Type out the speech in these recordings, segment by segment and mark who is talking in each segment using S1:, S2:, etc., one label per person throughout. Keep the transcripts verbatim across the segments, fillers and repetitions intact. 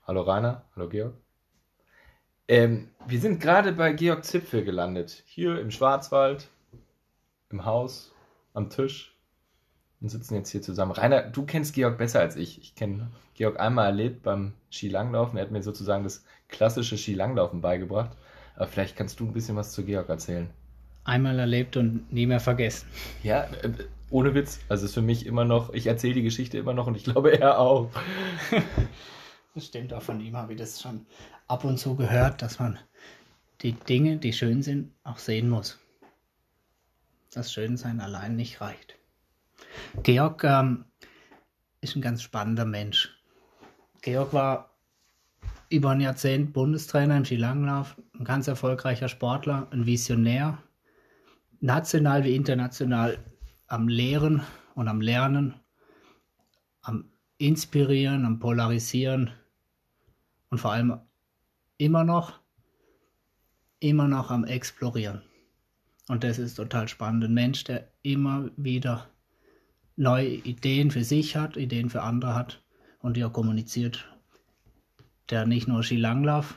S1: Hallo Rainer, hallo Georg. Ähm, wir sind gerade bei Georg Zipfel gelandet. Hier im Schwarzwald, im Haus, am Tisch und sitzen jetzt hier zusammen. Rainer, du kennst Georg besser als ich. Ich kenne Georg einmal erlebt beim Skilanglaufen. Er hat mir sozusagen das klassische Skilanglaufen beigebracht. Aber vielleicht kannst du ein bisschen was zu Georg erzählen.
S2: Einmal erlebt und nie mehr vergessen.
S1: Ja, äh, ohne Witz. Also es ist für mich immer noch, ich erzähle die Geschichte immer noch und ich glaube er auch.
S2: Das stimmt, auch von ihm habe ich das schon ab und zu gehört, dass man die Dinge, die schön sind, auch sehen muss. Das Schönsein allein nicht reicht. Georg ähm, ist ein ganz spannender Mensch. Georg war über ein Jahrzehnt Bundestrainer im Skilanglauf, ein ganz erfolgreicher Sportler, ein Visionär, national wie international am Lehren und am Lernen, am Inspirieren, am Polarisieren und vor allem immer noch, immer noch am Explorieren. Und das ist total spannend. Ein Mensch, der immer wieder neue Ideen für sich hat, Ideen für andere hat und die auch kommuniziert. Der nicht nur Skilanglauf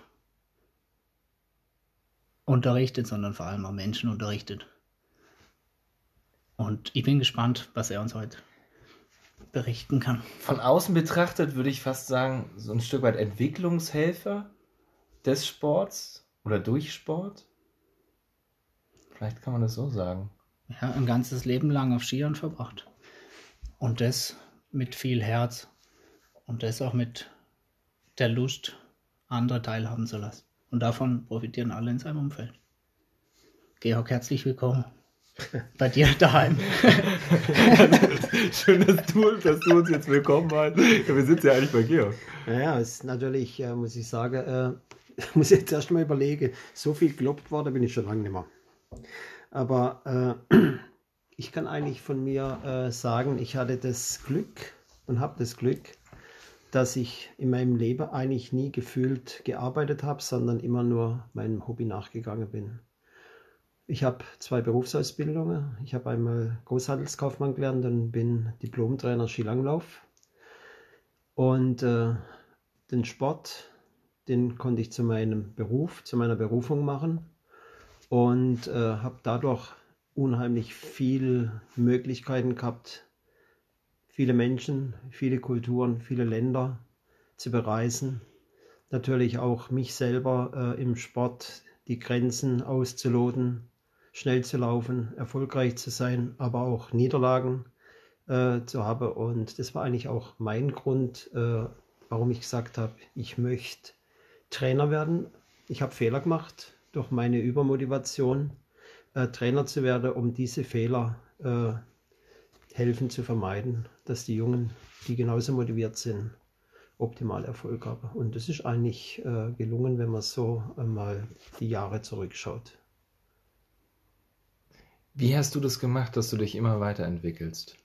S2: unterrichtet, sondern vor allem auch Menschen unterrichtet. Und ich bin gespannt, was er uns heute berichten kann.
S1: Von außen betrachtet würde ich fast sagen, so ein Stück weit Entwicklungshelfer des Sports oder durch Sport. Vielleicht kann man das so sagen.
S2: Ja, ein ganzes Leben lang auf Skiern verbracht. Und das mit viel Herz. Und das auch mit der Lust, andere teilhaben zu lassen. Und davon profitieren alle in seinem Umfeld. Georg, herzlich willkommen bei dir daheim.
S1: Schön, dass du, dass du uns jetzt willkommen heißt. Ja, wir sind ja eigentlich bei Georg.
S3: Naja, es ist natürlich, äh, muss ich sagen, äh, muss ich jetzt erst mal überlegen, so viel gelobt worden bin ich schon lange nicht mehr. Aber äh, ich kann eigentlich von mir äh, sagen, ich hatte das Glück und habe das Glück, dass ich in meinem Leben eigentlich nie gefühlt gearbeitet habe, sondern immer nur meinem Hobby nachgegangen bin. Ich habe zwei Berufsausbildungen. Ich habe einmal Großhandelskaufmann gelernt und bin Diplom-Trainer Skilanglauf. Und äh, den Sport, den konnte ich zu meinem Beruf, zu meiner Berufung machen und äh, habe dadurch unheimlich viele Möglichkeiten gehabt, viele Menschen, viele Kulturen, viele Länder zu bereisen. Natürlich auch mich selber äh, im Sport die Grenzen auszuloten, schnell zu laufen, erfolgreich zu sein, aber auch Niederlagen äh, zu haben. Und das war eigentlich auch mein Grund, äh, warum ich gesagt habe, ich möchte Trainer werden. Ich habe Fehler gemacht durch meine Übermotivation, äh, Trainer zu werden, um diese Fehler äh, helfen zu vermeiden, dass die Jungen, die genauso motiviert sind, optimal Erfolg haben. Und das ist eigentlich äh, gelungen, wenn man so einmal die Jahre zurückschaut.
S1: Wie hast du das gemacht, dass du dich immer weiterentwickelst?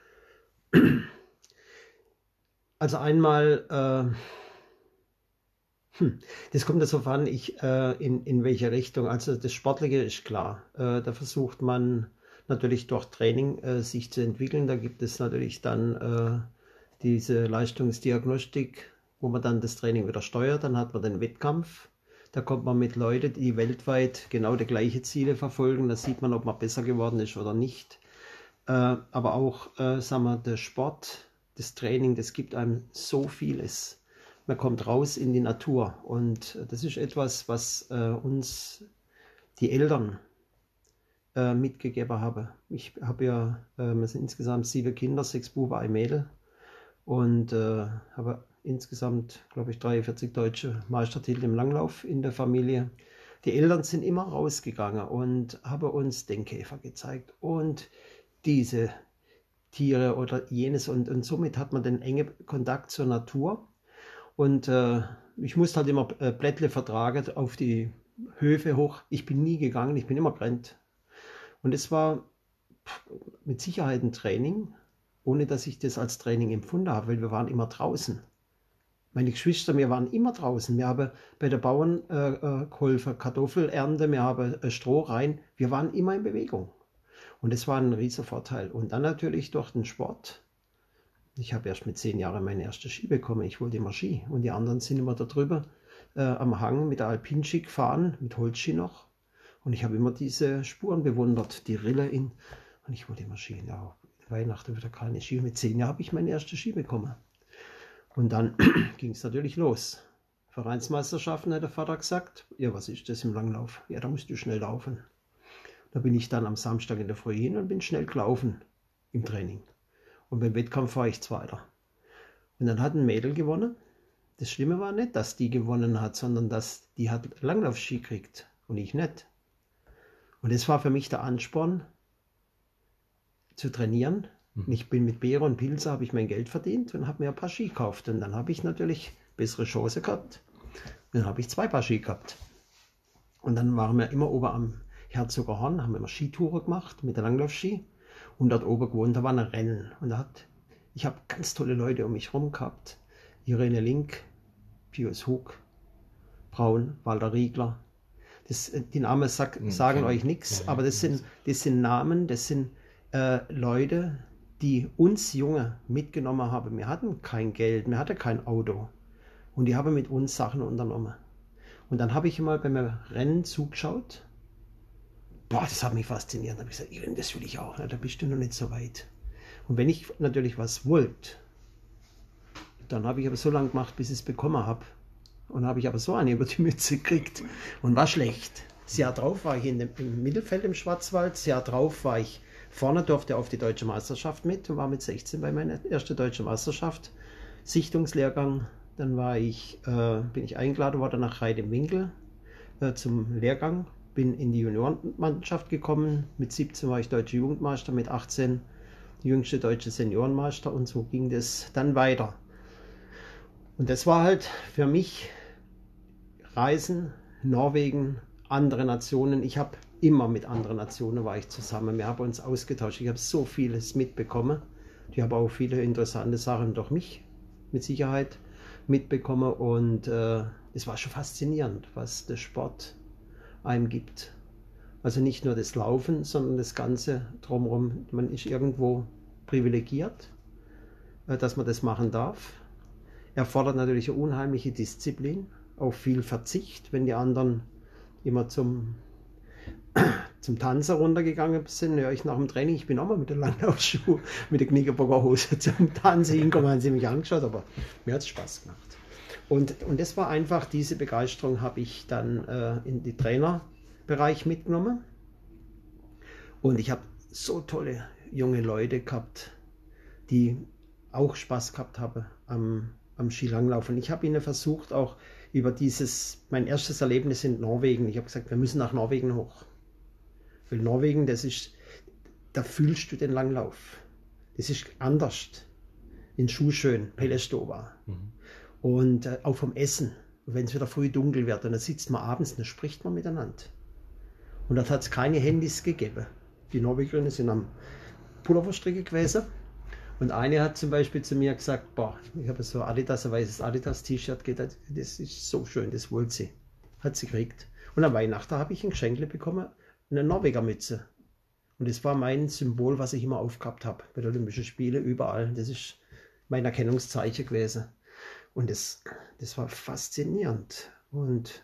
S3: Also einmal, äh, hm, das kommt darauf an, ich, äh, in, in welche Richtung. Also das Sportliche ist klar. Äh, da versucht man natürlich durch Training äh, sich zu entwickeln. Da gibt es natürlich dann äh, diese Leistungsdiagnostik, wo man dann das Training wieder steuert. Dann hat man den Wettkampf. Da kommt man mit Leuten, die weltweit genau die gleichen Ziele verfolgen. Da sieht man, ob man besser geworden ist oder nicht. Äh, aber auch, äh, sagen wir, der Sport, das Training, das gibt einem so vieles. Man kommt raus in die Natur. Und das ist etwas, was äh, uns die Eltern äh, mitgegeben haben. Ich habe ja, äh, wir sind insgesamt sieben Kinder, sechs Buben, ein Mädel. Und äh, habe insgesamt, glaube ich, dreiundvierzig deutsche Meistertitel im Langlauf in der Familie. Die Eltern sind immer rausgegangen und haben uns den Käfer gezeigt und diese Tiere oder jenes. Und, und somit hat man den engen Kontakt zur Natur. Und äh, ich musste halt immer äh, Blättle vertragen auf die Höfe hoch. Ich bin nie gegangen, ich bin immer gerannt. Und es war mit Sicherheit ein Training, ohne dass ich das als Training empfunden habe, weil wir waren immer draußen. Meine Geschwister, wir waren immer draußen. Wir haben bei den Bauern äh, äh, geholfen, Kartoffelernte, wir haben äh, Stroh rein. Wir waren immer in Bewegung. Und das war ein riesen Vorteil. Und dann natürlich durch den Sport Ich habe erst mit zehn Jahren meine erste Ski bekommen. Ich wollte immer Ski. Und die anderen sind immer da drüber äh, am Hang mit der Alpinski gefahren, mit Holzski noch. Und ich habe immer diese Spuren bewundert, die Rille in. Und ich wollte immer Ski. Ja, Weihnachten wieder keine Ski. Mit zehn Jahren habe ich meine erste Ski bekommen. Und dann ging es natürlich los. Vereinsmeisterschaften, hat der Vater gesagt. Ja, was ist das im Langlauf? Ja, da musst du schnell laufen. Da bin ich dann am Samstag in der Früh hin und bin schnell gelaufen im Training. Und beim Wettkampf war ich Zweiter. Und dann hat ein Mädel gewonnen. Das Schlimme war nicht, dass die gewonnen hat, sondern dass die hat Langlaufski gekriegt und ich nicht. Und das war für mich der Ansporn, zu trainieren. Mhm. Und ich bin mit Beere und Pilze, habe ich mein Geld verdient und habe mir ein paar Ski gekauft. Und dann habe ich natürlich bessere Chance gehabt. Und dann habe ich zwei Paar Ski gehabt. Und dann waren wir immer oben am Herzoger Horn, haben wir immer Skitouren gemacht mit der Langlaufski. Und dort oben gewohnt, da war ein Rennen. Und da hat, ich habe ganz tolle Leute um mich herum gehabt. Irene Link, Pius Hug, Braun, Walter Riegler. Das, die Namen sag, sagen okay. euch nichts, aber das sind, das sind Namen, das sind äh, Leute, die uns Junge mitgenommen haben. Wir hatten kein Geld, wir hatten kein Auto. Und die haben mit uns Sachen unternommen. Und dann habe ich mal beim Rennen zugeschaut. Boah, das hat mich fasziniert. Da habe ich gesagt, das will ich auch. Da bist du noch nicht so weit. Und wenn ich natürlich was wollte, dann habe ich aber so lange gemacht, bis ich es bekommen habe. Und habe ich aber so eine über die Mütze gekriegt und war schlecht. Das Jahr drauf war ich in dem, im Mittelfeld im Schwarzwald. Das Jahr drauf war ich vorne, durfte auf die Deutsche Meisterschaft mit und war mit sechzehn bei meiner ersten Deutsche Meisterschaft. Sichtungslehrgang. Dann war ich, äh, bin ich eingeladen worden nach Reit im Winkel äh, zum Lehrgang. Bin in die Juniorenmannschaft gekommen. Mit siebzehn war ich deutscher Jugendmeister, mit achtzehn jüngste deutsche Seniorenmeister und so ging das dann weiter. Und das war halt für mich Reisen, Norwegen, andere Nationen. Ich habe immer mit anderen Nationen war ich zusammen. Wir haben uns ausgetauscht. Ich habe so vieles mitbekommen. Ich habe auch viele interessante Sachen durch mich mit Sicherheit mitbekommen und äh, es war schon faszinierend, was der Sport einem gibt. Also nicht nur das Laufen, sondern das Ganze drumherum. Man ist irgendwo privilegiert, äh, dass man das machen darf. Erfordert natürlich eine unheimliche Disziplin, auch viel Verzicht, wenn die anderen immer zum, zum Tanzen runtergegangen sind. Ja, ich nach dem Training, ich bin auch mal mit den Langlaufschuhen, mit der Knickerbocker Hose zum Tanzen hingekommen, haben sie mich angeschaut, aber mir hat es Spaß gemacht. Und, und das war einfach, diese Begeisterung habe ich dann äh, in den Trainerbereich mitgenommen. Und ich habe so tolle junge Leute gehabt, die auch Spaß gehabt haben am, am Skilanglauf. Und ich habe ihnen versucht, auch über dieses, mein erstes Erlebnis in Norwegen, ich habe gesagt, wir müssen nach Norwegen hoch. Weil Norwegen, das ist, da fühlst du den Langlauf. Das ist anders. In Schuhschön, Pellestova. Mhm. Und äh, auch vom Essen. Wenn es wieder früh dunkel wird, und dann sitzt man abends, dann spricht man miteinander. Und dort hat es keine Handys gegeben. Die Norwegerinnen sind am Pulloverstricke gewesen. Und eine hat zum Beispiel zu mir gesagt, boah, ich habe so Adidas, ein weißes Adidas-T-Shirt, das ist so schön, das wollte sie. Hat sie gekriegt. Und am Weihnachten habe ich ein Geschenk bekommen, eine Norwegermütze. Und das war mein Symbol, was ich immer aufgehabt habe bei den Olympischen Spielen, überall. Das ist mein Erkennungszeichen gewesen. Und das, das war faszinierend. Und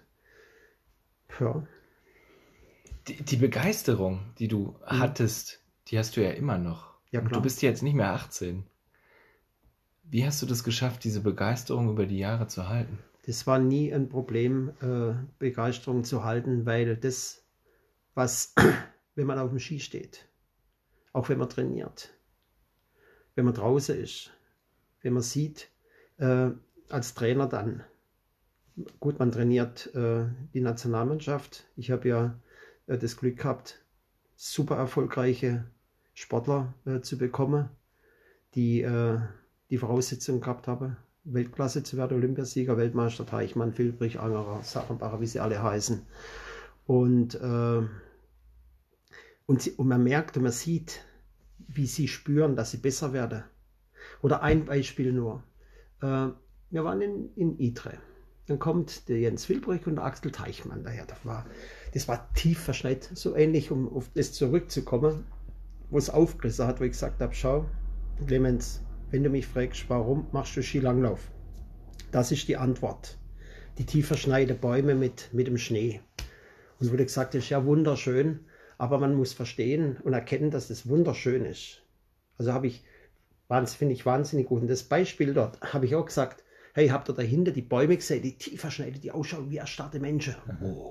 S3: ja.
S1: Die, die Begeisterung, die du mhm. hattest, die hast du ja immer noch. Ja, klar. Und du bist jetzt nicht mehr achtzehn. Wie hast du das geschafft, diese Begeisterung über die Jahre zu halten?
S3: Das war nie ein Problem, äh, Begeisterung zu halten, weil das, was, wenn man auf dem Ski steht, auch wenn man trainiert, wenn man draußen ist, wenn man sieht, äh, als Trainer dann, gut, man trainiert äh, die Nationalmannschaft. Ich habe ja äh, das Glück gehabt, super erfolgreiche Sportler äh, zu bekommen, die äh, die Voraussetzungen gehabt haben, Weltklasse zu werden, Olympiasieger, Weltmeister, Teichmann, Filbrich, Angerer, Sachenbacher, wie sie alle heißen. Und, äh, und, sie, und man merkt und man sieht, wie sie spüren, dass sie besser werden. Oder ein Beispiel nur. Äh, wir waren in, in Idre. Dann kommt der Jens Filbrich und der Axel Teichmann daher. Das war, das war tief verschneit, so ähnlich, um auf das zurückzukommen, wo es aufgerissen hat, wo ich gesagt habe, schau, Clemens, wenn du mich fragst, warum machst du Skilanglauf? Das ist die Antwort. Die tief verschneite Bäume mit, mit dem Schnee. Und wo du gesagt hast, ja wunderschön, aber man muss verstehen und erkennen, dass das wunderschön ist. Also habe ich, finde ich wahnsinnig gut. Und das Beispiel dort habe ich auch gesagt, hey, habt ihr dahinter die Bäume gesehen, die tief verschneite, die ausschauen wie erstarrte Menschen? Oh.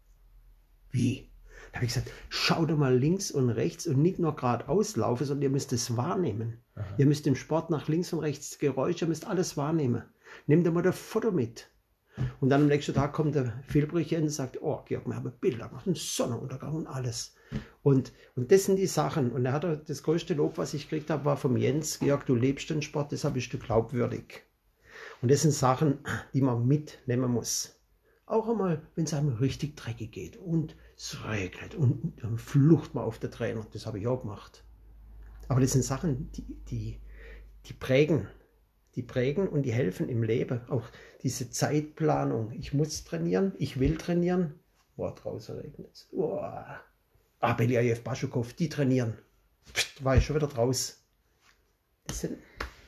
S3: Wie? Da habe ich gesagt, schau doch mal links und rechts und nicht nur geradeaus laufen, sondern ihr müsst es wahrnehmen. Aha. Ihr müsst im Sport nach links und rechts Geräusche, ihr müsst alles wahrnehmen. Nehmt mal das Foto mit. Und dann am nächsten Tag kommt der Filbrich und sagt, oh Georg, wir haben Bilder gemacht, einen Sonnenuntergang und alles. Und, und das sind die Sachen. Und er hat das größte Lob, was ich gekriegt habe, war vom Jens, Georg, du lebst den Sport, deshalb bist du glaubwürdig. Und das sind Sachen, die man mitnehmen muss. Auch einmal, wenn es einem richtig dreckig geht und es regnet und dann flucht man auf den Trainer. Das habe ich auch gemacht. Aber das sind Sachen, die, die, die prägen. Die prägen und die helfen im Leben. Auch diese Zeitplanung. Ich muss trainieren, ich will trainieren. Boah, draußen regnet es. Boah. Ah, Beljajew, Baschukow, die trainieren. Pst, war ich schon wieder draus. Das sind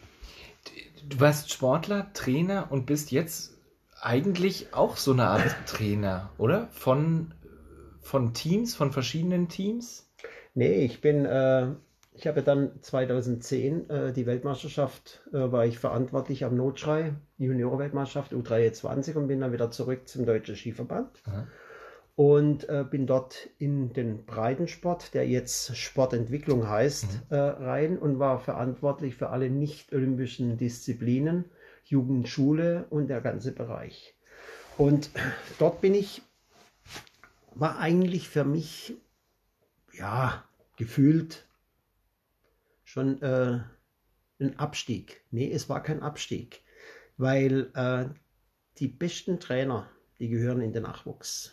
S1: Du warst Sportler, Trainer und bist jetzt eigentlich auch so eine Art Trainer, oder? Von, von Teams, von verschiedenen Teams?
S3: Nee, ich bin, äh, ich habe dann zweitausendzehn äh, die Weltmeisterschaft, äh, war ich verantwortlich am Notschrei, die Juniorenweltmeisterschaft U dreiundzwanzig und bin dann wieder zurück zum Deutschen Skiverband. Aha. Und äh, bin dort in den Breitensport, der jetzt Sportentwicklung heißt, mhm. äh, rein und war verantwortlich für alle nicht-olympischen Disziplinen, Jugendschule und der ganze Bereich. Und dort bin ich, war eigentlich für mich, ja, gefühlt schon äh, ein Abstieg. Nee, es war kein Abstieg, weil äh, die besten Trainer, die gehören in den Nachwuchs.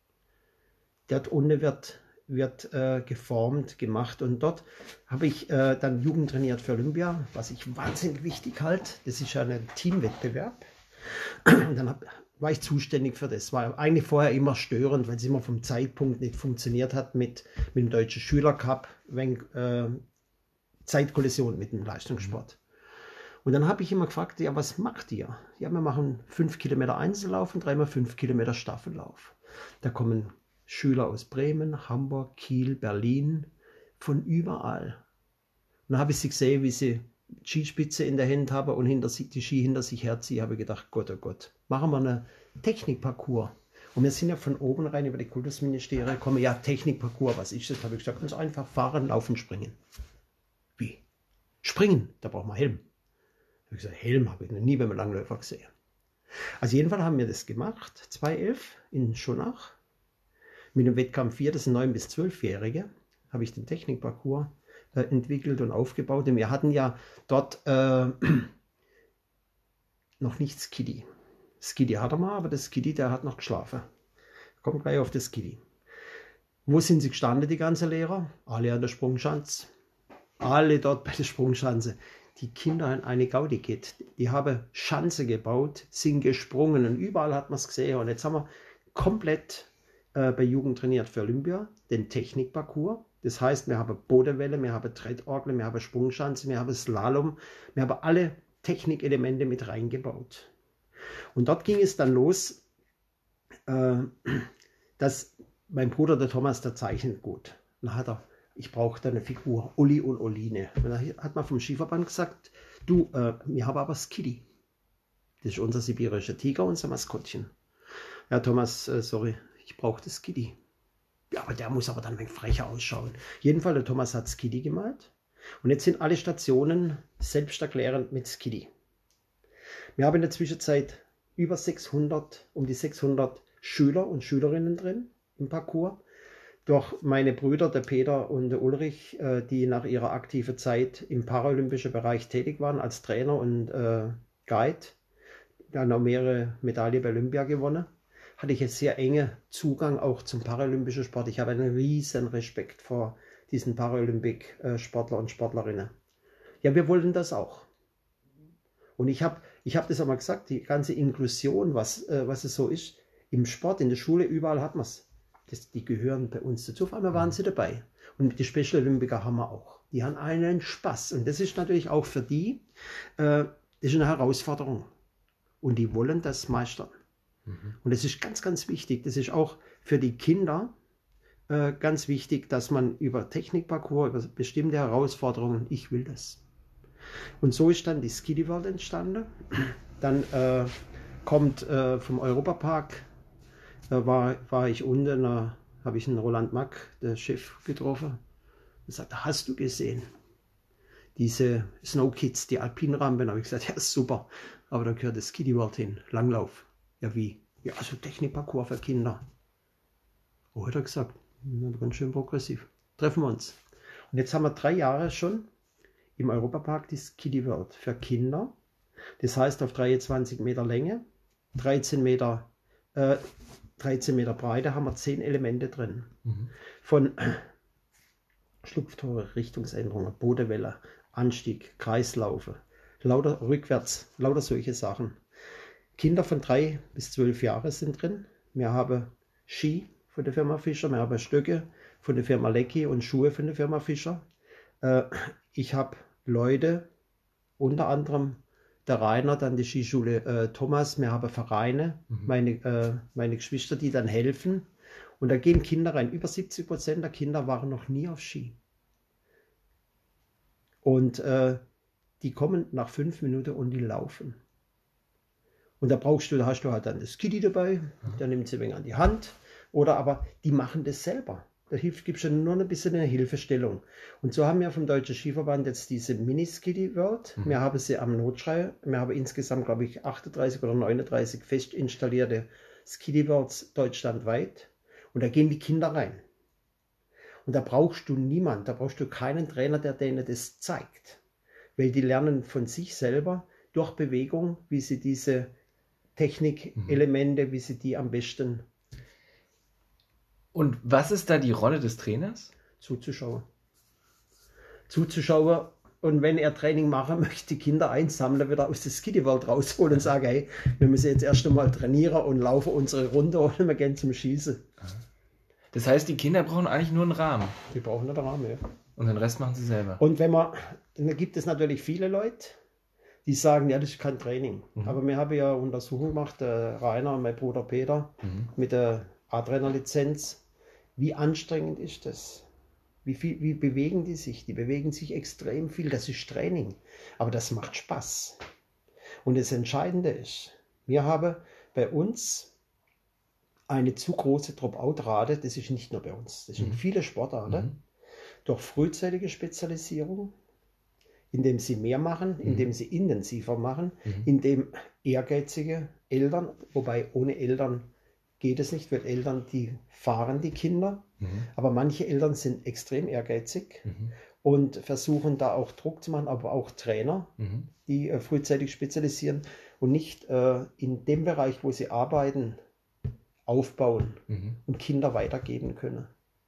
S3: Dort unten wird, wird äh, geformt, gemacht und dort habe ich äh, dann Jugend trainiert für Olympia, was ich wahnsinnig wichtig halte. Das ist ja ein Teamwettbewerb. Und dann hab, war ich zuständig für das. War eigentlich vorher immer störend, weil es immer vom Zeitpunkt nicht funktioniert hat mit, mit dem Deutschen Schülercup, wenn äh, Zeitkollision mit dem Leistungssport. Und dann habe ich immer gefragt, ja, was macht ihr? Ja, wir machen fünf Kilometer Einzellauf und dreimal fünf Kilometer Staffellauf. Da kommen Schüler aus Bremen, Hamburg, Kiel, Berlin, von überall. Und dann habe ich sie gesehen, wie sie die Skispitze in der Hand haben und hinter sich, die Ski hinter sich herziehen. Habe ich gedacht, Gott, oh Gott, machen wir einen Technikparcours. Und wir sind ja von oben rein über die Kultusministerien gekommen. Ja, Technikparcours, was ist das? Habe ich gesagt, ganz einfach, fahren, laufen, springen. Wie? Springen, da braucht man Helm. Habe ich gesagt, Helm habe ich noch nie beim Langläufer gesehen. Also jedenfalls haben wir das gemacht, zweitausendelf in Schonach. Mit dem Wettkampf vier, das sind neun- bis zwölfjährige, habe ich den Technikparcours äh, entwickelt und aufgebaut. Und wir hatten ja dort äh, noch nicht Skiddy. Skiddy hatte man, aber das Skiddy, der hat noch geschlafen. Kommt gleich auf das Skiddy. Wo sind sie gestanden, die ganzen Lehrer? Alle an der Sprungschanze. Alle dort bei der Sprungschanze. Die Kinder haben eine Gaudi geht. Die haben Schanze gebaut, sind gesprungen und überall hat man es gesehen. Und jetzt haben wir komplett bei Jugend trainiert für Olympia, den Technikparcours. Das heißt, wir haben Bodenwelle, wir haben Trettorgel, wir haben Sprungschanze, wir haben Slalom, wir haben alle Technikelemente mit reingebaut. Und dort ging es dann los, äh, dass mein Bruder, der Thomas, der zeichnet gut. Dann hat er, ich brauchte eine Figur, Uli und Oline. Und da hat man vom Skiverband gesagt, du, äh, wir haben aber Skiddy. Das ist unser sibirischer Tiger, unser Maskottchen. Ja, Thomas, äh, sorry, ich brauche das Skiddy. Ja, aber der muss aber dann ein wenig frecher ausschauen. Jedenfalls, der Thomas hat Skiddy gemalt. Und jetzt sind alle Stationen selbsterklärend mit Skiddy. Wir haben in der Zwischenzeit über sechshundert, um die sechshundert Schüler und Schülerinnen drin im Parcours. Durch meine Brüder, der Peter und der Ulrich, äh, die nach ihrer aktiven Zeit im paralympischen Bereich tätig waren, als Trainer und äh, Guide, dann auch mehrere Medaillen bei Olympia gewonnen, hatte ich jetzt sehr enge Zugang auch zum paralympischen Sport. Ich habe einen riesen Respekt vor diesen Paralympic-Sportler und Sportlerinnen. Ja, wir wollten das auch. Und ich habe ich hab das auch mal gesagt, die ganze Inklusion, was, äh, was es so ist, im Sport, in der Schule, überall hat man es. Die gehören bei uns dazu, auf einmal waren sie dabei. Und die Special Olympiker haben wir auch. Die haben einen Spaß. Und das ist natürlich auch für die, äh, das ist eine Herausforderung. Und die wollen das meistern. Mhm. Und das ist ganz, ganz wichtig. Das ist auch für die Kinder äh, ganz wichtig, dass man über Technikparcours, über bestimmte Herausforderungen, ich will das. Und so ist dann die Skiddy World entstanden. Dann äh, kommt äh, vom Europapark, da war, war ich unten, da habe ich einen Roland Mack, der Chef, getroffen. Und sagte, hast du gesehen, diese Snow Kids, die Alpinrampen? Da habe ich gesagt, ja super, aber da gehört das Skiddy World hin, Langlauf. Ja wie? Ja, also Technikparcours für Kinder. Oh, hat er gesagt, ganz schön progressiv. Treffen wir uns. Und jetzt haben wir drei Jahre schon im Europapark die Skiddy World für Kinder. Das heißt auf dreiundzwanzig Meter Länge, dreizehn Meter, äh, dreizehn Meter Breite haben wir zehn Elemente drin. Mhm. Von Schlupftore, Richtungsänderungen, Bodewelle, Anstieg, Kreislaufe, lauter rückwärts, lauter solche Sachen. Kinder von drei bis zwölf Jahre sind drin. Wir haben Ski von der Firma Fischer, wir haben Stöcke von der Firma Lecky und Schuhe von der Firma Fischer. Äh, ich habe Leute, unter anderem der Rainer, dann die Skischule äh, Thomas, wir haben Vereine, mhm. meine, äh, meine Geschwister, die dann helfen. Und da gehen Kinder rein. Über siebzig Prozent der Kinder waren noch nie auf Ski. Und äh, die kommen nach fünf Minuten und die laufen. Und da brauchst du, da hast du halt dann das Skiddy dabei, mhm. dann nimmt sie ein wenig an die Hand. Oder aber die machen das selber. Da hilft, gibt es schon nur ein bisschen eine Hilfestellung. Und so haben wir vom Deutschen Skiverband jetzt diese Mini-Skiddy World. Mhm. Wir haben sie am Notschrei. Wir haben insgesamt, glaube ich, achtunddreißig oder neununddreißig fest installierte Skiddy Worlds deutschlandweit. Und da gehen die Kinder rein. Und da brauchst du niemanden, da brauchst du keinen Trainer, der denen das zeigt. Weil die lernen von sich selber durch Bewegung, wie sie diese Technikelemente, mhm. wie sie die am besten.
S1: Und was ist da die Rolle des Trainers?
S3: Zuzuschauen. Zuzuschauen. Und wenn er Training machen möchte, die Kinder einsammeln, wieder aus der Skiddy World rausholen und sagen, hey, wir müssen jetzt erst einmal trainieren und laufen unsere Runde und wir gehen zum Schießen.
S1: Das heißt, die Kinder brauchen eigentlich nur einen Rahmen.
S3: Die brauchen einen Rahmen, ja.
S1: Und den Rest machen sie selber.
S3: Und wenn man, dann gibt es natürlich viele Leute, die sagen, ja, das ist kein Training. Mhm. Aber wir haben ja Untersuchungen gemacht, der Rainer und mein Bruder Peter, mhm. mit der A-Trainer-Lizenz. Wie anstrengend ist das? Wie, viel, wie bewegen die sich? Die bewegen sich extrem viel. Das ist Training. Aber das macht Spaß. Und das Entscheidende ist, wir haben bei uns eine zu große Dropout-Rate. Das ist nicht nur bei uns. Das sind mhm. viele Sportarten. Mhm. Durch frühzeitige Spezialisierung, indem sie mehr machen, mhm. indem sie intensiver machen, mhm. indem ehrgeizige Eltern, wobei ohne Eltern geht es nicht, weil Eltern, die fahren die Kinder, mhm. aber manche Eltern sind extrem ehrgeizig mhm. und versuchen da auch Druck zu machen, aber auch Trainer, mhm. die äh, frühzeitig spezialisieren und nicht äh, in dem Bereich, wo sie arbeiten, aufbauen mhm. und Kinder weitergeben können.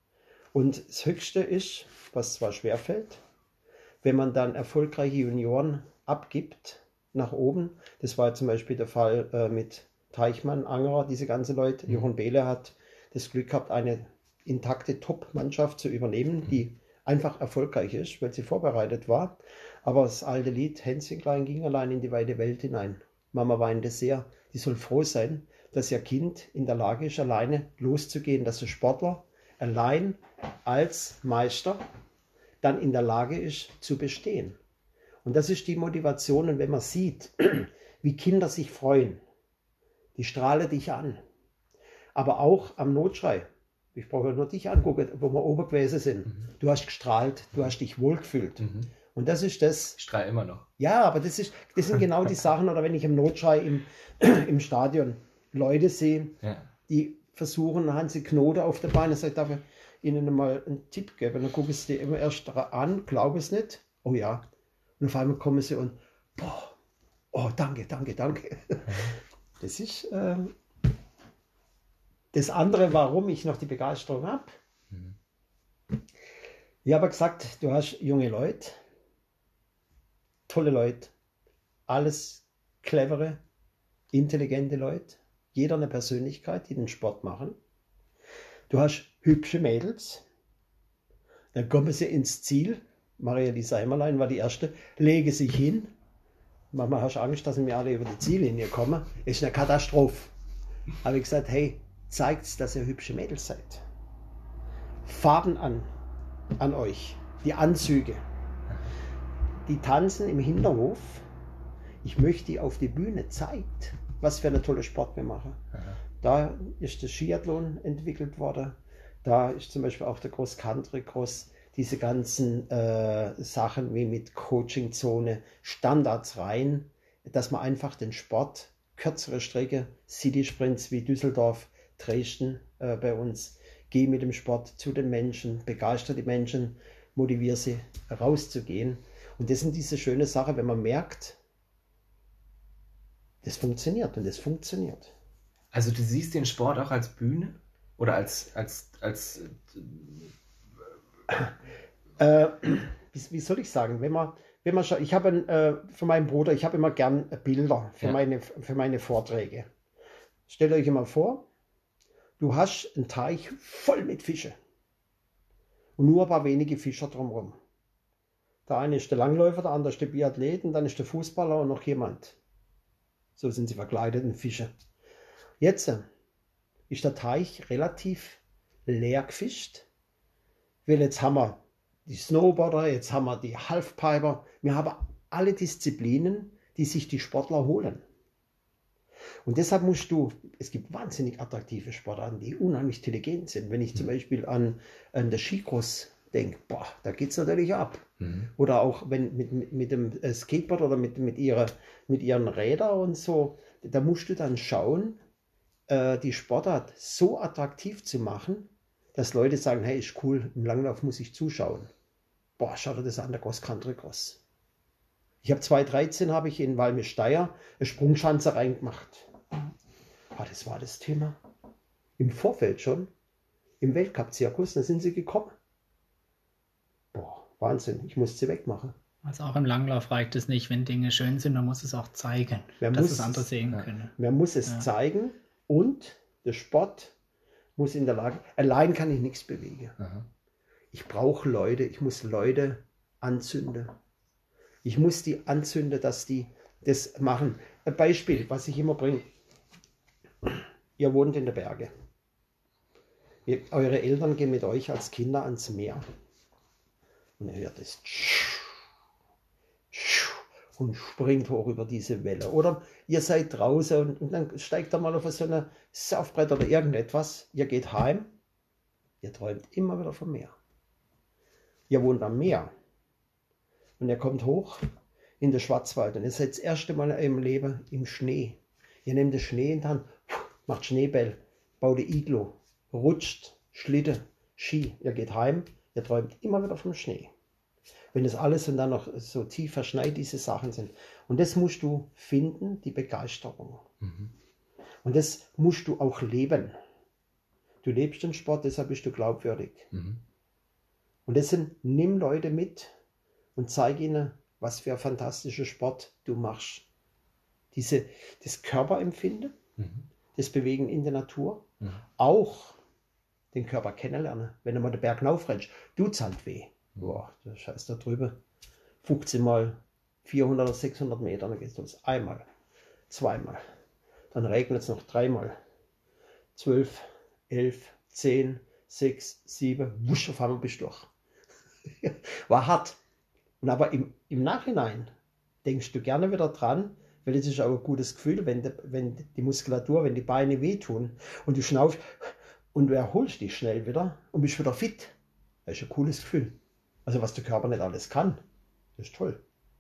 S3: Und das Höchste ist, was zwar schwerfällt, wenn man dann erfolgreiche Junioren abgibt nach oben, das war zum Beispiel der Fall äh, mit Teichmann, Angerer, diese ganzen Leute. Mhm. Jochen Behle hat das Glück gehabt, eine intakte Top-Mannschaft zu übernehmen, mhm. die einfach erfolgreich ist, weil sie vorbereitet war. Aber das alte Lied, Hänschen ging allein in die weite Welt hinein. Mama weinte sehr. Die soll froh sein, dass ihr Kind in der Lage ist, alleine loszugehen, dass der Sportler allein als Meister dann in der Lage ist, zu bestehen. Und das ist die Motivation. Und wenn man sieht, wie Kinder sich freuen, die strahlen dich an. Aber auch am Notschrei. Ich brauche nur dich angucken, wo wir oben gewesen sind. Mhm. Du hast gestrahlt, du hast dich wohlgefühlt. Mhm. Und das ist das.
S1: Ich strahle immer noch.
S3: Ja, aber das, ist, das sind genau die Sachen, oder wenn ich im Notschrei im, im Stadion Leute sehe, ja. die versuchen, Hansi Knote auf der Beine, sagt, darf ich Ihnen mal einen Tipp geben. Dann gucken sie dir immer erst an, glaube es nicht. Oh ja. Und auf einmal kommen sie und, boah, oh, danke, danke, danke. Mhm. Das ist äh, das andere, warum ich noch die Begeisterung habe. Mhm. Ich habe gesagt, du hast junge Leute, tolle Leute, alles clevere, intelligente Leute, jeder eine Persönlichkeit, die den Sport machen. Du hast hübsche Mädels, dann kommen sie ins Ziel Maria-Lisa Hämmerlein war die erste, lege sich hin. Mama, hast du Angst, dass wir alle über die Ziellinie kommen? Ist eine Katastrophe. Habe ich gesagt, hey, zeigt, dass ihr hübsche Mädels seid. Farben an, an euch, die Anzüge. Die tanzen im Hinterhof. Ich möchte die auf die Bühne, zeigt, was für eine tolle Sport wir machen. Aha. Da ist der Skiathlon entwickelt worden. Da ist zum Beispiel auch der Cross Country Cross. Diese ganzen äh, Sachen wie mit Coachingzone, Standards rein, dass man einfach den Sport, kürzere Strecke, City-Sprints wie Düsseldorf, Dresden äh, bei uns, geh mit dem Sport zu den Menschen, begeister die Menschen, motiviere sie rauszugehen. Und das sind diese schöne Sachen, wenn man merkt, das funktioniert und das funktioniert.
S1: Also du siehst den Sport auch als Bühne? Oder als, als, als
S3: äh, wie, wie soll ich sagen, wenn man, wenn man schon, ich habe äh, für meinen Bruder, ich habe immer gern Bilder für, ja. meine, für meine Vorträge. Stellt euch mal vor, du hast einen Teich voll mit Fischen und nur ein paar wenige Fischer drumherum. Der eine ist der Langläufer, der andere ist der Biathlet und dann ist der Fußballer und noch jemand. So sind sie verkleideten Fische. Jetzt ist der Teich relativ leer gefischt, weil jetzt haben wir die Snowboarder, jetzt haben wir die Halfpiper, wir haben alle Disziplinen, die sich die Sportler holen. Und deshalb musst du, es gibt wahnsinnig attraktive Sportarten, die unheimlich intelligent sind. Wenn ich zum Beispiel an, an der Skicross denke, boah, da geht es natürlich ab. Mhm. Oder auch wenn mit, mit, mit dem Skateboard oder mit, mit, ihrer, mit ihren Rädern und so, da musst du dann schauen, äh, die Sportart so attraktiv zu machen, dass Leute sagen, hey, ist cool, im Langlauf muss ich zuschauen. Boah, schau dir das an, der Cross Country Cross. Ich habe zweitausenddreizehn habe ich in Valmy-Steyr eine Sprungschanze reingemacht. Ah, das war das Thema. Im Vorfeld schon, im Weltcup-Zirkus, da sind sie gekommen. Boah, Wahnsinn, ich musste sie wegmachen.
S2: Also auch im Langlauf reicht es nicht, wenn Dinge schön sind, man muss es auch zeigen,
S3: man
S2: dass
S3: muss
S2: es andere sehen
S3: ja.
S2: können.
S3: Man muss es ja. zeigen und der Sport muss in der Lage, allein kann ich nichts bewegen. Aha. Ich brauche Leute, ich muss Leute anzünden. Ich muss die anzünden, dass die das machen. Ein Beispiel, was ich immer bringe. Ihr wohnt in den Bergen. Ihr, eure Eltern gehen mit euch als Kinder ans Meer. Und ihr hört es und springt hoch über diese Welle. Oder ihr seid draußen und, und dann steigt da mal auf so eine Surfbrett oder irgendetwas. Ihr geht heim. Ihr träumt immer wieder vom Meer. Ihr wohnt am Meer. Und ihr kommt hoch in den Schwarzwald. Und ihr seid das erste Mal in eurem Leben im Schnee. Ihr nehmt den Schnee in die Hand, macht Schneeball, baut ein Iglo, rutscht, Schlitten, Ski. Ihr geht heim. Ihr träumt immer wieder vom Schnee. Wenn das alles und dann noch so tief verschneit diese Sachen sind. Und das musst du finden, die Begeisterung. Mhm. Und das musst du auch leben. Du lebst den Sport, deshalb bist du glaubwürdig. Mhm. Und deswegen nimm Leute mit und zeig ihnen, was für ein fantastischer Sport du machst. Diese, das Körperempfinden, mhm. das Bewegen in der Natur, mhm. auch den Körper kennenlernen. Wenn du mal den Berg raufrennst, tut's halt weh. Boah, der Scheiß da drüber. fünfzehn mal vierhundert oder sechshundert Meter, dann geht's los. Einmal, zweimal. Dann regnet es noch dreimal. zwölf, elf, zehn, sechs, sieben, wusch, auf einmal bist du durch. War hart. Und aber im, im Nachhinein denkst du gerne wieder dran, weil es ist auch ein gutes Gefühl, wenn die, wenn die Muskulatur, wenn die Beine wehtun und du schnaufst und du erholst dich schnell wieder und bist wieder fit. Das ist ein cooles Gefühl. Also was der Körper nicht alles kann, das ist toll.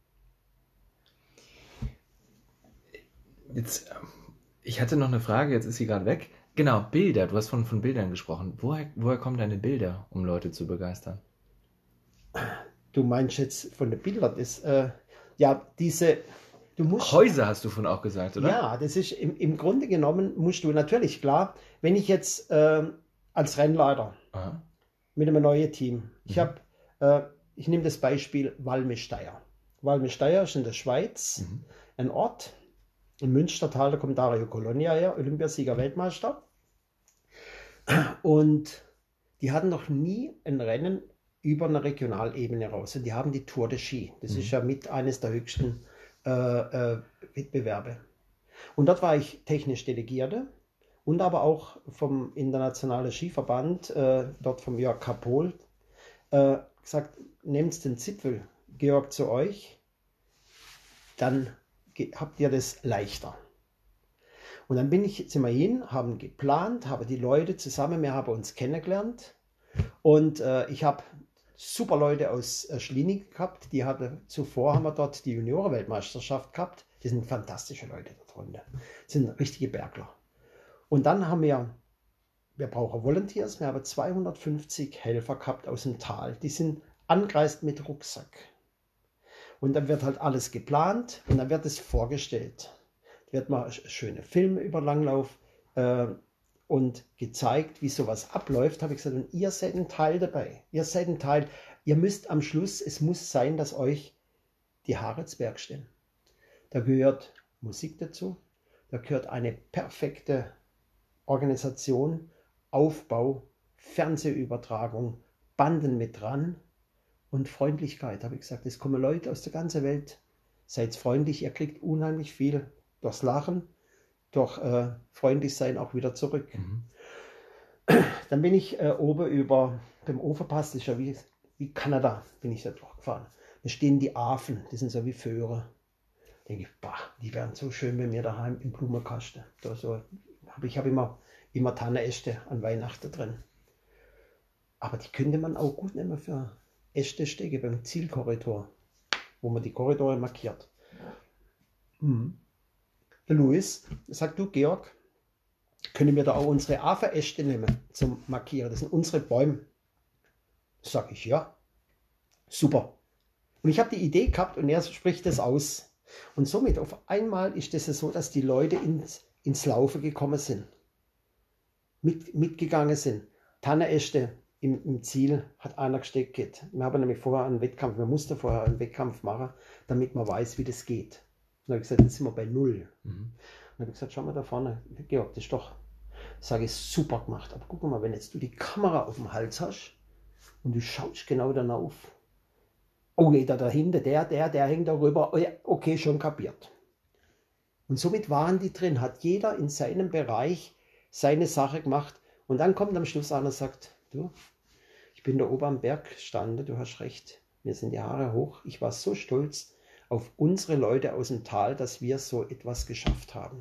S1: Jetzt, ich hatte noch eine Frage, jetzt ist sie gerade weg. Genau, Bilder, du hast von, von Bildern gesprochen. Woher, woher kommen deine Bilder, um Leute zu begeistern?
S3: Du meinst jetzt von den Bildern, das, äh, ja, diese... Du musst,
S1: Häuser hast du von auch gesagt, oder?
S3: Ja, das ist im, im Grunde genommen musst du natürlich, klar, wenn ich jetzt äh, als Rennleiter Aha. mit einem neuen Team, ich mhm. habe, äh, ich nehme das Beispiel Valmy-Steyr. Valmy-Steyr ist in der Schweiz mhm. ein Ort, im Münstertal, da kommt Dario Colonia her, Olympiasieger, Weltmeister. Und die hatten noch nie ein Rennen über eine Regionalebene raus. Und die haben die Tour de Ski. Das
S1: Mhm.
S3: ist ja mit eines der höchsten äh, äh, Wettbewerbe. Und dort war ich technisch Delegierte und aber auch vom Internationalen Skiverband, äh, dort vom Jörg Kapohl, äh, gesagt, nehmt den Zipfel, Georg, zu euch, dann ge- habt ihr das leichter. Und dann bin ich, sind wir hin, haben geplant, haben die Leute zusammen, wir haben uns kennengelernt und äh, ich habe super Leute aus äh, Schlienning gehabt, die hatten, zuvor haben wir dort die Junioren-Weltmeisterschaft gehabt, die sind fantastische Leute dort drunter, sind richtige Bergler. Und dann haben wir, wir brauchen Volunteers, wir haben zweihundertfünfzig Helfer gehabt aus dem Tal, die sind angereist mit Rucksack. Und dann wird halt alles geplant und dann wird es vorgestellt. Wird mal schöne Filme über Langlauf äh, und gezeigt, wie sowas abläuft, habe ich gesagt, und ihr seid ein Teil dabei. Ihr seid ein Teil, ihr müsst am Schluss, es muss sein, dass euch die Haare zu Berg stehen. Da gehört Musik dazu, da gehört eine perfekte Organisation, Aufbau, Fernsehübertragung, Banden mit dran und Freundlichkeit, habe ich gesagt. Es kommen Leute aus der ganzen Welt, seid freundlich, ihr kriegt unheimlich viel durchs Lachen, durch äh, freundlich sein auch wieder zurück.
S1: Mhm.
S3: Dann bin ich äh, oben über dem Overpass, das ist ja wie, wie Kanada, bin ich da durchgefahren. Da stehen die Affen, die sind so wie Föhre. Da denke ich, bah, die wären so schön bei mir daheim im Blumenkasten. Da so, hab, ich habe immer, immer Tannenäste an Weihnachten drin. Aber die könnte man auch gut nehmen für Äste stecken beim Zielkorridor, wo man die Korridore markiert. Mhm. Der Louis sagt, du Georg, können wir da auch unsere Afenäste nehmen zum Markieren? Das sind unsere Bäume. Sag ich, ja. Super. Und ich habe die Idee gehabt und er spricht das aus. Und somit auf einmal ist es so, dass die Leute ins, ins Laufen gekommen sind. Mit, mitgegangen sind. Tannenäste im, im Ziel hat einer gesteckt. Wir haben nämlich vorher einen Wettkampf, wir mussten vorher einen Wettkampf machen, damit man weiß, wie das geht. Und dann habe ich gesagt, jetzt sind wir bei Null. Mhm. Und dann habe ich gesagt, schau mal da vorne, Georg, das ist doch, sage ich, super gemacht. Aber guck mal, wenn jetzt du die Kamera auf dem Hals hast und du schaust genau dann auf, oh nee, da dahinter, der, der, der hängt darüber, oh ja, okay, schon kapiert. Und somit waren die drin, hat jeder in seinem Bereich seine Sache gemacht. Und dann kommt am Schluss einer und sagt, du, ich bin da oben am Berg gestanden, du hast recht, mir sind die Haare hoch. Ich war so stolz auf unsere Leute aus dem Tal, dass wir so etwas geschafft haben.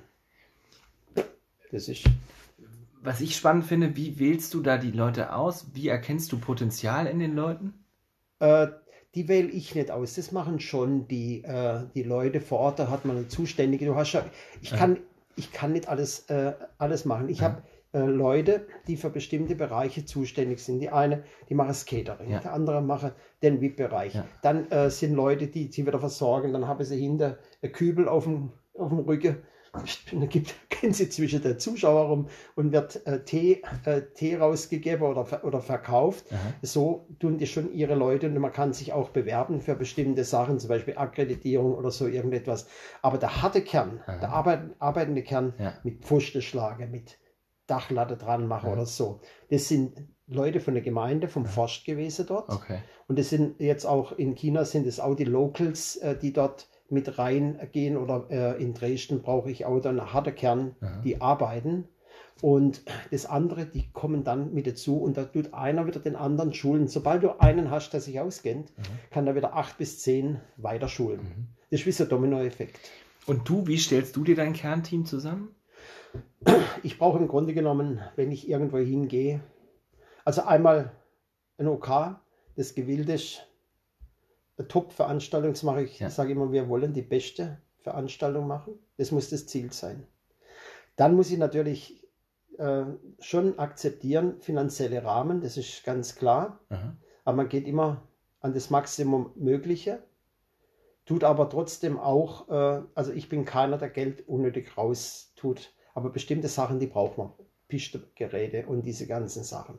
S3: Das ist...
S1: Was ich spannend finde, wie wählst du da die Leute aus? Wie erkennst du Potenzial in den Leuten?
S3: Äh, die wähle ich nicht aus. Das machen schon die, äh, die Leute vor Ort. Da hat man eine Zuständige. Du hast ja, ich,
S1: Ja.
S3: kann, ich kann nicht alles, äh, alles machen. Ich
S1: Ja.
S3: habe äh, Leute, die für bestimmte Bereiche zuständig sind. Die eine, die machen das Catering.
S1: Ja.
S3: Der andere macht den V I P-Bereich.
S1: Ja.
S3: Dann äh, sind Leute, die sie wieder versorgen. Dann haben sie hinter einen Kübel auf dem, auf dem Rücken. Da gibt, gehen sie zwischen den Zuschauern rum und wird äh, Tee, äh, Tee rausgegeben oder, ver- oder verkauft.
S1: Aha.
S3: So tun die schon ihre Leute und man kann sich auch bewerben für bestimmte Sachen, zum Beispiel Akkreditierung oder so irgendetwas. Aber der harte Kern,
S1: Aha.
S3: der arbeit, arbeitende Kern
S1: Ja.
S3: mit Pfostenschlagen, mit Dachlatte dran machen
S1: Ja.
S3: oder so, das sind Leute von der Gemeinde, vom Forst gewesen dort.
S1: Okay.
S3: Und das sind jetzt auch in China sind es auch die Locals, äh, die dort mit reingehen oder äh, in Dresden brauche ich auch dann einen harten Kern,
S1: Aha.
S3: die arbeiten. Und das andere, die kommen dann mit dazu und da tut einer wieder den anderen schulen. Sobald du einen hast, der sich auskennt,
S1: Mhm.
S3: kann er wieder acht bis zehn weiter schulen.
S1: Mhm.
S3: Das ist wie so ein Dominoeffekt.
S1: Und du, wie stellst du dir dein Kernteam zusammen?
S3: Ich brauche im Grunde genommen, wenn ich irgendwo hingehe, also einmal ein OK, das gewillt ist, eine Top-Veranstaltung, das mache ich,
S1: Ja.
S3: ich sage immer, wir wollen die beste Veranstaltung machen. Das muss das Ziel sein. Dann muss ich natürlich äh, schon akzeptieren, finanzielle Rahmen, das ist ganz klar.
S1: Aha.
S3: Aber man geht immer an das Maximum Mögliche, tut aber trotzdem auch, äh, also ich bin keiner, der Geld unnötig raus tut, aber bestimmte Sachen, die braucht man. Pistegeräte und diese ganzen Sachen.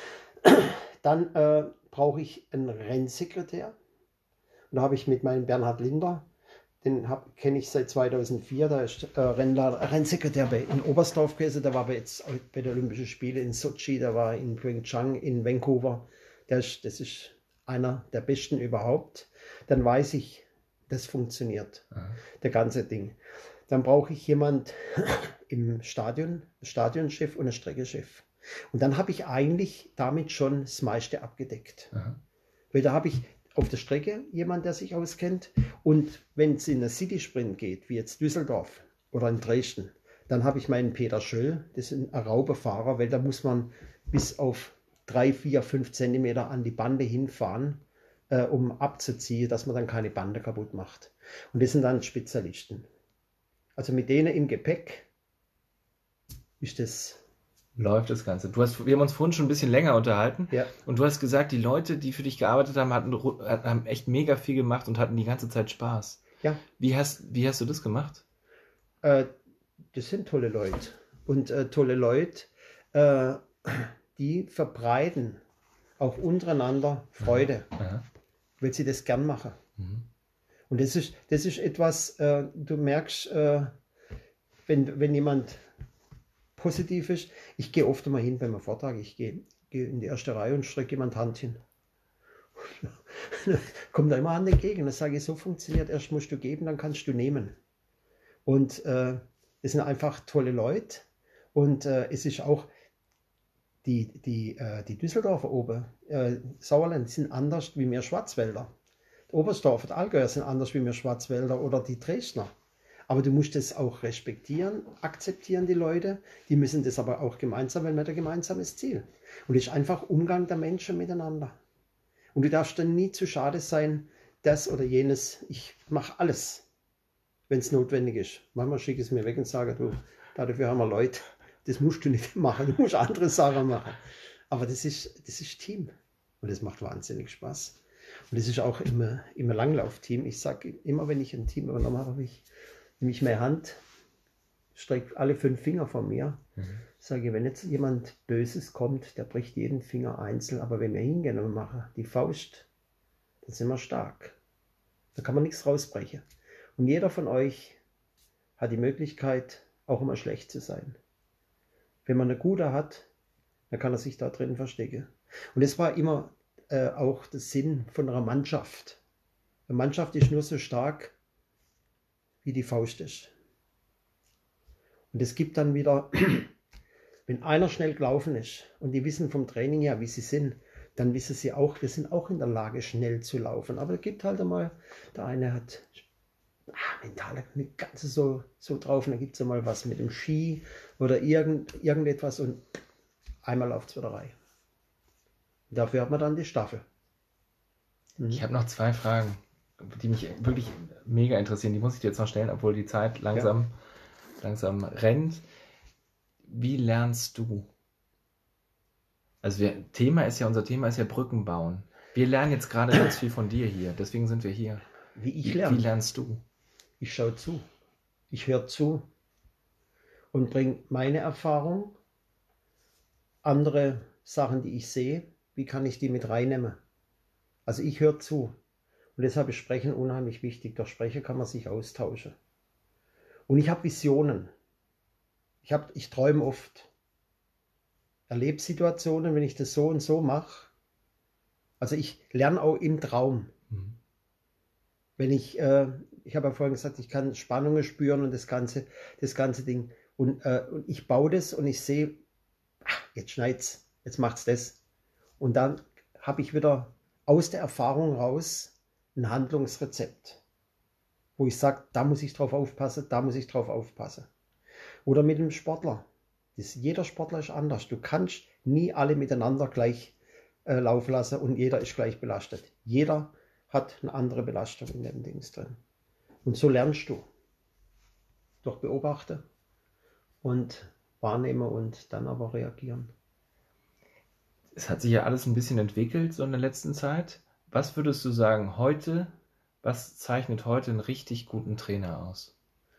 S3: Dann äh, brauche ich einen Rennsekretär. Und da habe ich mit meinem Bernhard Linder, den kenne ich seit zweitausendvier, da ist äh, Rennlader, Rennsekretär bei, in Oberstdorf gewesen, der war bei, jetzt bei den Olympischen Spielen in Sochi, der war in Pyeongchang, in Vancouver. Der ist, das ist einer der besten überhaupt, dann weiß ich, das funktioniert,
S1: Aha.
S3: der ganze Ding. Dann brauche ich jemand im Stadion, Stadionchef und einen Streckenchef. Und dann habe ich eigentlich damit schon das meiste abgedeckt.
S1: Aha.
S3: Weil da habe ich auf der Strecke jemand, der sich auskennt. Und wenn es in einen City-Sprint geht, wie jetzt Düsseldorf oder in Dresden, dann habe ich meinen Peter Schöll, das ist ein Raubefahrer, weil da muss man bis auf drei, vier, fünf Zentimeter an die Bande hinfahren, äh, um abzuziehen, dass man dann keine Bande kaputt macht. Und das sind dann Spezialisten. Also mit denen im Gepäck ist das...
S1: Läuft das Ganze. Du hast, wir haben uns vorhin schon ein bisschen länger unterhalten.
S3: Ja.
S1: Und du hast gesagt, die Leute, die für dich gearbeitet haben, hatten, haben echt mega viel gemacht und hatten die ganze Zeit Spaß.
S3: Ja.
S1: Wie hast, wie hast du das gemacht?
S3: Äh, das sind tolle Leute. Und äh, tolle Leute, äh, die verbreiten auch untereinander Freude,
S1: Aha.
S3: weil sie das gern machen.
S1: Mhm.
S3: Und das ist, das ist etwas, äh, du merkst, äh, wenn, wenn jemand positiv ist. Ich gehe oft mal hin beim Vortrag, ich gehe, gehe in die erste Reihe und strecke jemand Hand hin. Kommt da immer Hand entgegen. Dann sage ich, so funktioniert, erst musst du geben, dann kannst du nehmen. Und äh, es sind einfach tolle Leute. Und äh, es ist auch, die, die, äh, die Düsseldorfer oben, äh, Sauerland, sind anders wie wir Schwarzwälder. Oberstdorf und Allgäuer sind anders wie wir Schwarzwälder oder die Dresdner. Aber du musst es auch respektieren, akzeptieren die Leute. Die müssen das aber auch gemeinsam, weil man hat ein gemeinsames Ziel. Und es ist einfach Umgang der Menschen miteinander. Und du darfst dann nie zu schade sein, das oder jenes. Ich mache alles, wenn es notwendig ist. Manchmal schicke ich es mir weg und sage, du, dafür haben wir Leute. Das musst du nicht machen. Du musst andere Sachen machen. Aber das ist, das ist Team. Und das macht wahnsinnig Spaß. Und das ist auch immer, immer Langlaufteam. Ich sage immer, wenn ich ein Team übernommen habe, habe ich nehme ich meine Hand, strecke alle fünf Finger von mir, mhm. sage, wenn jetzt jemand Böses kommt, der bricht jeden Finger einzeln, aber wenn wir hingehen und machen die Faust, dann sind wir stark. Da kann man nichts rausbrechen. Und jeder von euch hat die Möglichkeit, auch immer schlecht zu sein. Wenn man eine gute hat, dann kann er sich da drin verstecken. Und das war immer äh, auch der Sinn von einer Mannschaft. Eine Mannschaft ist nur so stark, wie die Faust ist. Und es gibt dann wieder, wenn einer schnell gelaufen ist und die wissen vom Training her, wie sie sind, dann wissen sie auch, wir sind auch in der Lage, schnell zu laufen. Aber es gibt halt einmal, der eine hat ah, mental nicht ganz so, so drauf, und dann gibt es einmal was mit dem Ski oder irgend, irgendetwas und einmal läuft es wieder rein. Und dafür hat man dann die Staffel.
S1: Mhm. Ich habe noch zwei Fragen, die mich wirklich mega interessieren. Die muss ich dir jetzt noch stellen, obwohl die Zeit langsam, ja. langsam rennt. Wie lernst du? Also wir, Thema ist ja, unser Thema ist ja Brücken bauen. Wir lernen jetzt gerade ganz viel von dir hier, deswegen sind wir hier.
S3: Wie ich
S1: wie,
S3: lerne?
S1: Wie lernst du?
S3: Ich schaue zu. Ich höre zu und bringe meine Erfahrung, andere Sachen, die ich sehe, wie kann ich die mit reinnehmen? Also ich höre zu. Und deshalb ist Sprechen unheimlich wichtig. Durch Sprechen kann man sich austauschen. Und ich habe Visionen. Ich, hab, ich träume oft. Erlebe Situationen, wenn ich das so und so mache. Also ich lerne auch im Traum. Mhm. Wenn ich, äh, ich habe ja vorhin gesagt, ich kann Spannungen spüren und das ganze, das ganze Ding. Und, äh, und ich baue das und ich sehe, ach, jetzt schneit's, jetzt macht's das. Und dann habe ich wieder aus der Erfahrung raus ein Handlungsrezept, wo ich sage, da muss ich drauf aufpassen, da muss ich drauf aufpassen. Oder mit einem Sportler. Das, jeder Sportler ist anders. Du kannst nie alle miteinander gleich äh, laufen lassen und jeder ist gleich belastet. Jeder hat eine andere Belastung in dem Dings drin. Und so lernst du. Durch Beobachten und wahrnehmen und dann aber reagieren.
S1: Es hat sich ja alles ein bisschen entwickelt so in der letzten Zeit. Was würdest du sagen heute, was zeichnet heute einen richtig guten Trainer aus?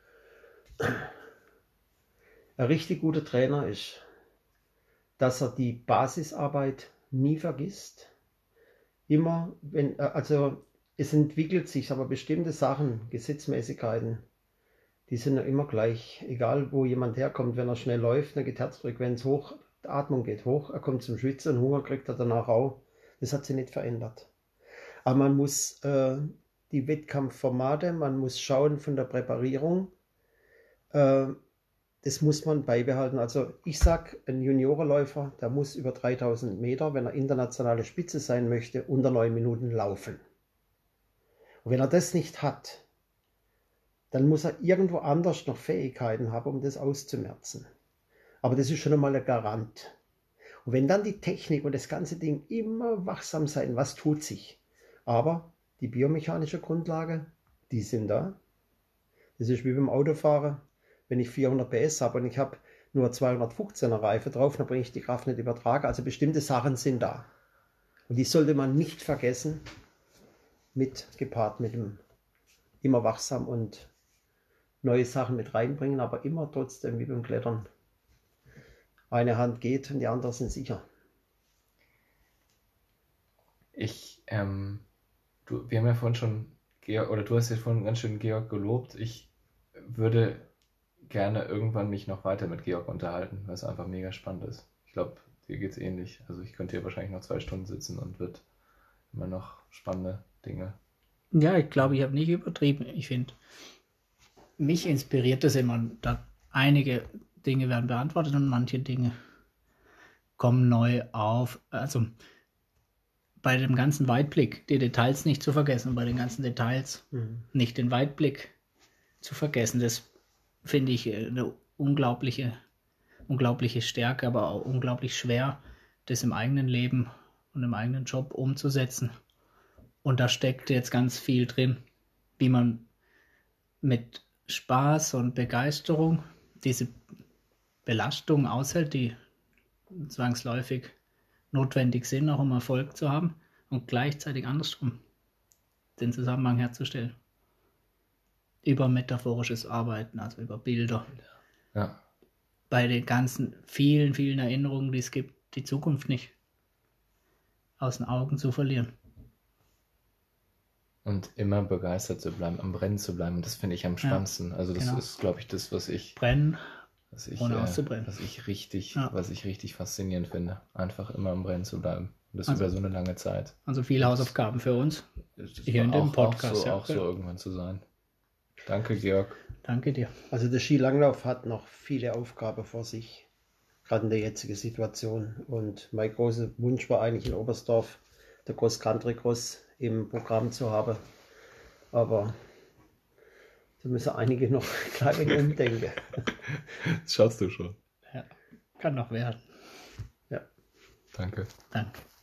S3: Ein richtig guter Trainer ist, dass er die Basisarbeit nie vergisst. Immer, wenn, also es entwickelt sich, aber bestimmte Sachen, Gesetzmäßigkeiten, die sind ja immer gleich. Egal, wo jemand herkommt, wenn er schnell läuft, dann geht Herzfrequenz hoch, die Atmung geht hoch, er kommt zum Schwitzen und Hunger kriegt er danach auch. Das hat sich nicht verändert. Aber man muss äh, die Wettkampfformate, man muss schauen von der Präparierung. Äh, das muss man beibehalten. Also ich sage, ein Juniorenläufer, der muss über dreitausend Meter, wenn er internationale Spitze sein möchte, unter neun Minuten laufen. Und wenn er das nicht hat, dann muss er irgendwo anders noch Fähigkeiten haben, um das auszumerzen. Aber das ist schon einmal ein Garant. Und wenn dann die Technik und das ganze Ding immer wachsam sein, was tut sich? Aber die biomechanische Grundlage, die sind da. Das ist wie beim Autofahren. Wenn ich vierhundert P S habe und ich habe nur zweihundertfünfzehner Reife drauf, dann bringe ich die Kraft nicht übertragen. Also bestimmte Sachen sind da. Und die sollte man nicht vergessen, mit gepaart mit dem immer wachsam und neue Sachen mit reinbringen, aber immer trotzdem wie beim Klettern. Eine Hand geht und die anderen sind sicher.
S1: Ich, ähm, du, wir haben ja vorhin schon, Georg, oder du hast ja vorhin ganz schön Georg gelobt. Ich würde gerne irgendwann mich noch weiter mit Georg unterhalten, weil es einfach mega spannend ist. Ich glaube, dir geht es ähnlich. Also ich könnte hier wahrscheinlich noch zwei Stunden sitzen und wird immer noch spannende Dinge.
S2: Ja, ich glaube, ich habe nicht übertrieben. Ich finde, mich inspiriert das immer. Da einige Dinge werden beantwortet und manche Dinge kommen neu auf. Also bei dem ganzen Weitblick, die Details nicht zu vergessen, bei den ganzen Details mhm. nicht den Weitblick zu vergessen. Das finde ich eine unglaubliche, unglaubliche Stärke, aber auch unglaublich schwer, das im eigenen Leben und im eigenen Job umzusetzen. Und da steckt jetzt ganz viel drin, wie man mit Spaß und Begeisterung diese Belastung aushält, die zwangsläufig notwendig sind, auch um Erfolg zu haben, und gleichzeitig andersrum den Zusammenhang herzustellen. Über metaphorisches Arbeiten, also über Bilder.
S1: Ja.
S2: Bei den ganzen vielen, vielen Erinnerungen, die es gibt, die Zukunft nicht aus den Augen zu verlieren.
S1: Und immer begeistert zu bleiben, am Brennen zu bleiben. Und das finde ich am spannendsten. Ja, also das genau. ist, glaube ich, das, was ich...
S2: Brennen,
S1: was ich,
S2: ohne
S1: äh,
S2: auszubrennen.
S1: Was ich richtig,
S2: ja.
S1: was ich richtig faszinierend finde. Einfach immer am Brennen zu bleiben. Und das
S2: also,
S1: über so eine lange Zeit.
S2: Also viele Hausaufgaben für uns. Hier in dem Podcast.
S1: Auch so,
S2: ja.
S1: auch so irgendwann zu sein. Danke, Georg.
S2: Danke dir.
S3: Also der Skilanglauf hat noch viele Aufgaben vor sich. Gerade in der jetzigen Situation. Und mein großer Wunsch war eigentlich in Oberstdorf der Cross Country Cross im Programm zu haben. Aber da müssen einige noch klein wenig umdenken.
S1: Das schaffst du schon.
S2: Ja, kann noch werden.
S3: Ja.
S1: Danke.
S2: Danke.